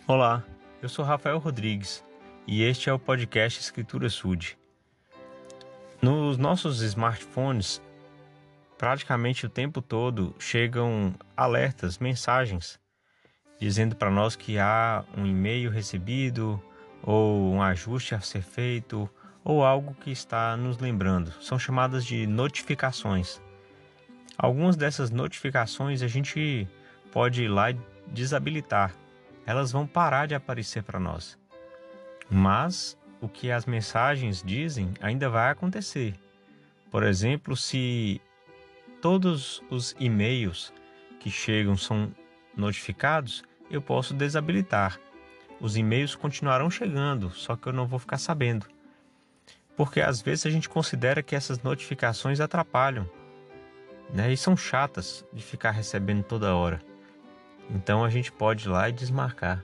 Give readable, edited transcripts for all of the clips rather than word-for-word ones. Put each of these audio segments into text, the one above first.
Olá, eu sou Rafael Rodrigues e este é o podcast Escritura Sud. Nos nossos smartphones, praticamente o tempo todo chegam alertas, mensagens, dizendo para nós que há um e-mail recebido, ou um ajuste a ser feito, ou algo que está nos lembrando. São chamadas de notificações. Algumas dessas notificações a gente pode ir lá e desabilitar. Elas vão parar de aparecer para nós. Mas o que as mensagens dizem ainda vai acontecer. Por exemplo, se todos os e-mails que chegam são notificados, eu posso desabilitar. Os e-mails continuarão chegando, só que eu não vou ficar sabendo. Porque às vezes a gente considera que essas notificações atrapalham, né? E são chatas de ficar recebendo toda hora. Então a gente pode ir lá e desmarcar.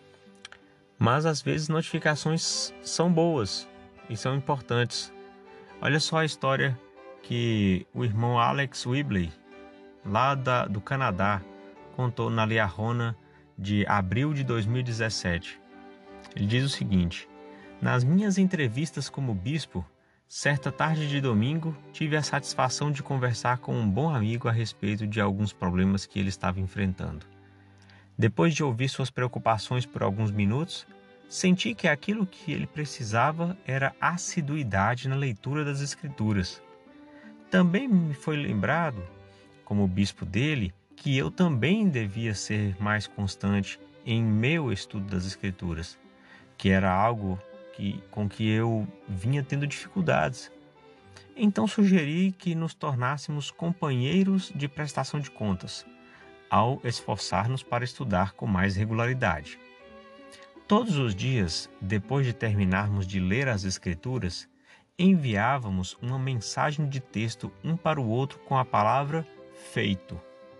Mas às vezes notificações são boas e são importantes. Olha só a história que o irmão Alex Whibley, lá do Canadá, contou na Liahona de abril de 2017. Ele diz o seguinte: nas minhas entrevistas como bispo, certa tarde de domingo, tive a satisfação de conversar com um bom amigo a respeito de alguns problemas que ele estava enfrentando. Depois de ouvir suas preocupações por alguns minutos, senti que aquilo que ele precisava era assiduidade na leitura das Escrituras. Também me foi lembrado, como bispo dele, que eu também devia ser mais constante em meu estudo das Escrituras, que era algo com que eu vinha tendo dificuldades. Então sugeri que nos tornássemos companheiros de prestação de contas, ao esforçar-nos para estudar com mais regularidade. Todos os dias, depois de terminarmos de ler as Escrituras, enviávamos uma mensagem de texto um para o outro com a palavra feito.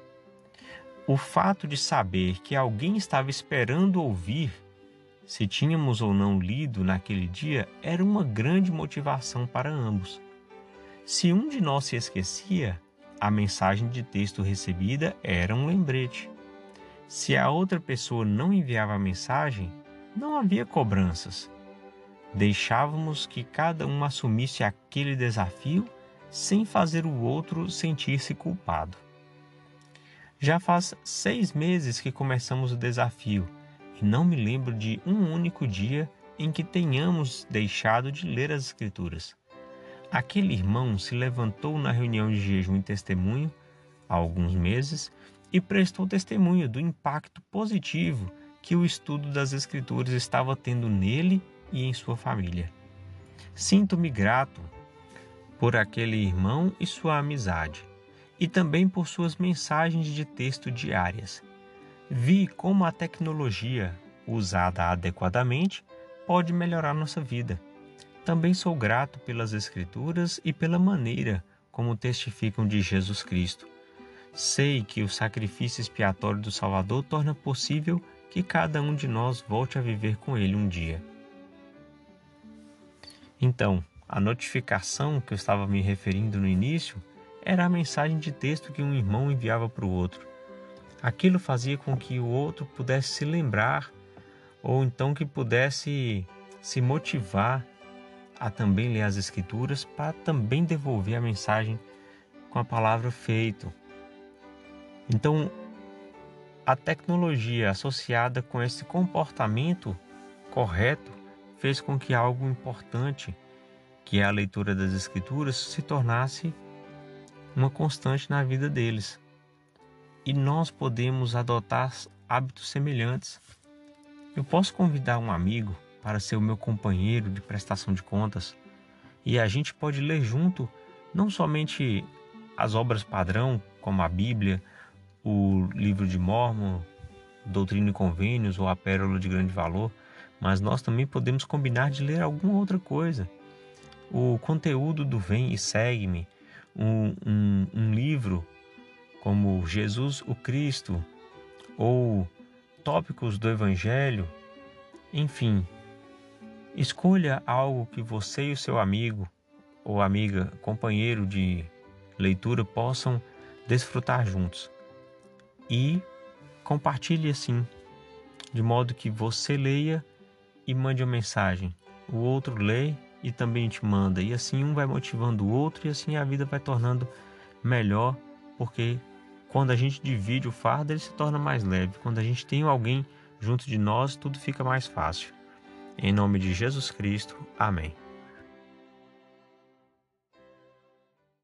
O fato de saber que alguém estava esperando ouvir se tínhamos ou não lido naquele dia era uma grande motivação para ambos. Se um de nós se esquecia, a mensagem de texto recebida era um lembrete. Se a outra pessoa não enviava a mensagem, não havia cobranças. Deixávamos que cada um assumisse aquele desafio sem fazer o outro sentir-se culpado. Já faz 6 meses que começamos o desafio e não me lembro de um único dia em que tenhamos deixado de ler as Escrituras. Aquele irmão se levantou na reunião de jejum e testemunho, há alguns meses, e prestou testemunho do impacto positivo que o estudo das Escrituras estava tendo nele e em sua família. Sinto-me grato por aquele irmão e sua amizade, e também por suas mensagens de texto diárias. Vi como a tecnologia, usada adequadamente, pode melhorar nossa vida. Também sou grato pelas Escrituras e pela maneira como testificam de Jesus Cristo. Sei que o sacrifício expiatório do Salvador torna possível que cada um de nós volte a viver com Ele um dia. Então, a notificação que eu estava me referindo no início era a mensagem de texto que um irmão enviava para o outro. Aquilo fazia com que o outro pudesse se lembrar, ou então que pudesse se motivar a também ler as Escrituras para também devolver a mensagem com a palavra feito. Então, a tecnologia associada com esse comportamento correto fez com que algo importante, que é a leitura das Escrituras, se tornasse uma constante na vida deles. E nós podemos adotar hábitos semelhantes. Eu posso convidar um amigo para ser o meu companheiro de prestação de contas, e a gente pode ler junto não somente as obras padrão, como a Bíblia, o Livro de Mórmon, Doutrina e Convênios ou a Pérola de Grande Valor, mas nós também podemos combinar de ler alguma outra coisa. O conteúdo do Vem e Segue-me, um livro como Jesus o Cristo, ou tópicos do Evangelho, enfim. Escolha algo que você e o seu amigo ou amiga, companheiro de leitura, possam desfrutar juntos. E compartilhe assim. de modo que você leia e mande uma mensagem, o outro lê e também te manda, e assim um vai motivando o outro, e assim a vida vai tornando melhor, porque quando a gente divide o fardo, ele se torna mais leve. Quando a gente tem alguém junto de nós, tudo fica mais fácil. Em nome de Jesus Cristo, amém.